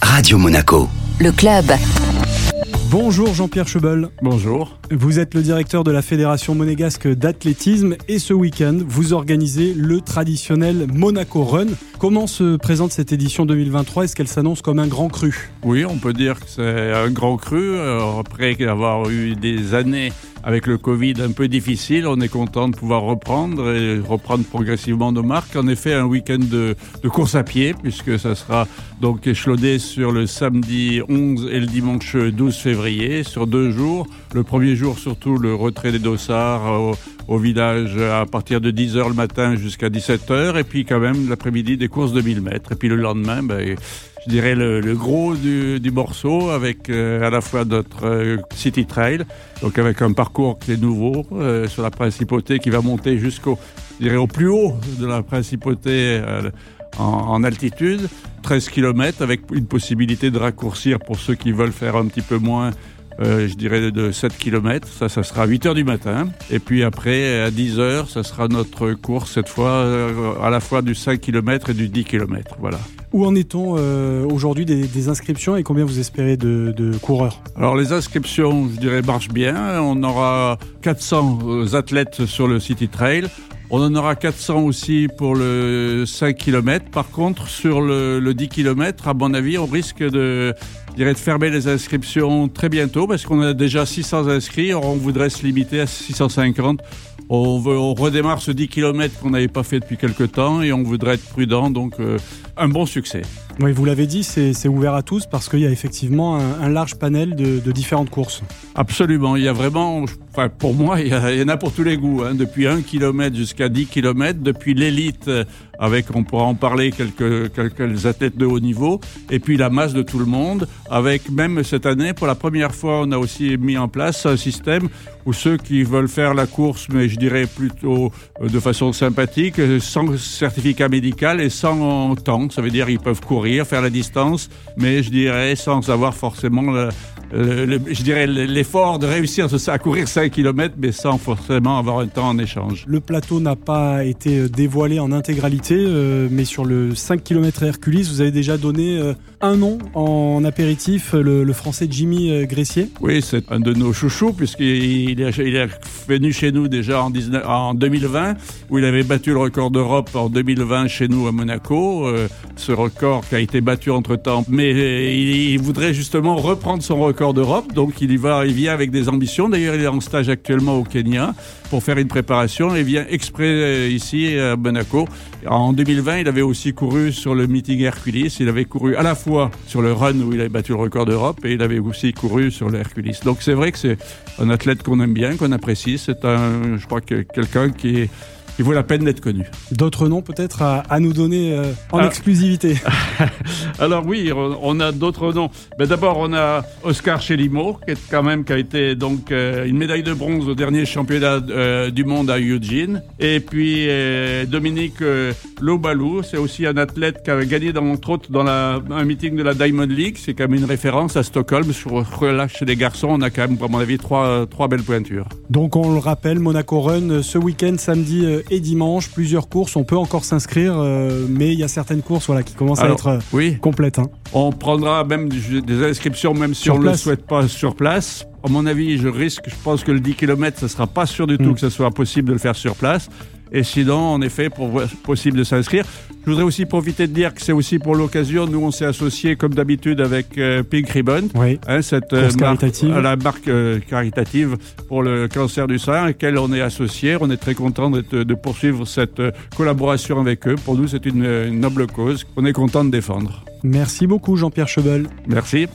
Radio Monaco. Le club. Bonjour Jean-Pierre Chebel. Bonjour. Vous êtes le directeur de la Fédération monégasque d'athlétisme et ce week-end, vous organisez le traditionnel Monaco Run. Comment se présente cette édition 2023 ? Est-ce qu'elle s'annonce comme un grand cru ? Oui, on peut dire que c'est un grand cru. Après avoir eu des années avec le Covid un peu difficile, on est content de pouvoir reprendre progressivement nos marques. En effet, un week-end de course à pied, puisque ça sera donc échelonné sur le samedi 11 et le dimanche 12 février, sur 2 jours. Le premier jour, surtout, le retrait des dossards au village à partir de 10h le matin jusqu'à 17h, et puis quand même l'après-midi des courses de 1000 mètres. Et puis le lendemain, je dirais le gros du morceau avec à la fois notre City Trail, donc avec un parcours qui est nouveau sur la Principauté qui va monter au plus haut de la Principauté en altitude, 13 km avec une possibilité de raccourcir pour ceux qui veulent faire un petit peu moins. Je dirais de 7 km, ça sera à 8h du matin. Et puis après, à 10h, ça sera notre course, cette fois, à la fois du 5 km et du 10 km. Voilà. Où en est-on aujourd'hui des inscriptions et combien vous espérez de coureurs ? Alors les inscriptions, je dirais, marchent bien. On aura 400 athlètes sur le City Trail. On en aura 400 aussi pour le 5 km. Par contre, sur le 10 km, à mon avis, on risque de fermer les inscriptions très bientôt parce qu'on a déjà 600 inscrits. On voudrait se limiter à 650. On redémarre ce 10 km qu'on n'avait pas fait depuis quelques temps et on voudrait être prudent, donc un bon succès. Oui, vous l'avez dit, c'est ouvert à tous parce qu'il y a effectivement un large panel de différentes courses. Absolument, il y a vraiment, pour moi, il y en a pour tous les goûts, depuis 1 km jusqu'à 10 km, depuis l'élite, on pourra en parler, quelques athlètes de haut niveau, et puis la masse de tout le monde, avec même cette année, pour la première fois, on a aussi mis en place un système où ceux qui veulent faire la course, mais je dirais plutôt de façon sympathique, sans certificat médical et sans temps, ça veut dire qu'ils peuvent courir, faire la distance, mais je dirais sans avoir forcément l'effort de réussir à courir 5 km, mais sans forcément avoir un temps en échange. Le plateau n'a pas été dévoilé en intégralité, mais sur le 5 km Hercules, vous avez déjà donné un nom en apéritif, le français Jimmy Gressier. Oui, c'est un de nos chouchous, puisqu'il est venu chez nous déjà en 2020, où il avait battu le record d'Europe en 2020 chez nous à Monaco. Ce record qui a été battu entre-temps, mais il voudrait justement reprendre son record d'Europe, donc il vient avec des ambitions. D'ailleurs, il est en stage actuellement au Kenya pour faire une préparation et vient exprès ici à Monaco. En 2020, il avait aussi couru sur le meeting Hercules. Il avait couru à la fois sur le run où il avait battu le record d'Europe et il avait aussi couru sur le Hercules. Donc c'est vrai que c'est un athlète qu'on aime bien, qu'on apprécie. C'est je crois que quelqu'un qui vaut la peine d'être connu. D'autres noms peut-être à nous donner en exclusivité. Alors oui, on a d'autres noms. D'abord, on a Oscar Chelimo, qui a été donc une médaille de bronze au dernier championnat du monde à Eugene. Et puis Dominique Lobalou, c'est aussi un athlète qui a gagné entre autres dans un meeting de la Diamond League. C'est quand même une référence à Stockholm. Sur relais chez les garçons, on a quand même, à mon avis, trois belles pointures. Donc on le rappelle, Monaco Run ce week-end, samedi et dimanche, plusieurs courses, on peut encore s'inscrire, mais il y a certaines courses qui commencent à être complètes. On prendra même des inscriptions, même si on ne le souhaite pas, sur place. À mon avis, je pense que le 10 km, ce ne sera pas sûr du tout que ce soit possible de le faire sur place. Et sinon, en effet, possible de s'inscrire. Je voudrais aussi profiter de dire que c'est aussi pour l'occasion, nous on s'est associés comme d'habitude avec Pink Ribbon, cette marque caritative pour le cancer du sein, à laquelle on est associés. On est très content de poursuivre cette collaboration avec eux. Pour nous, c'est une noble cause qu'on est content de défendre. Merci beaucoup Jean-Pierre Chebel. Merci.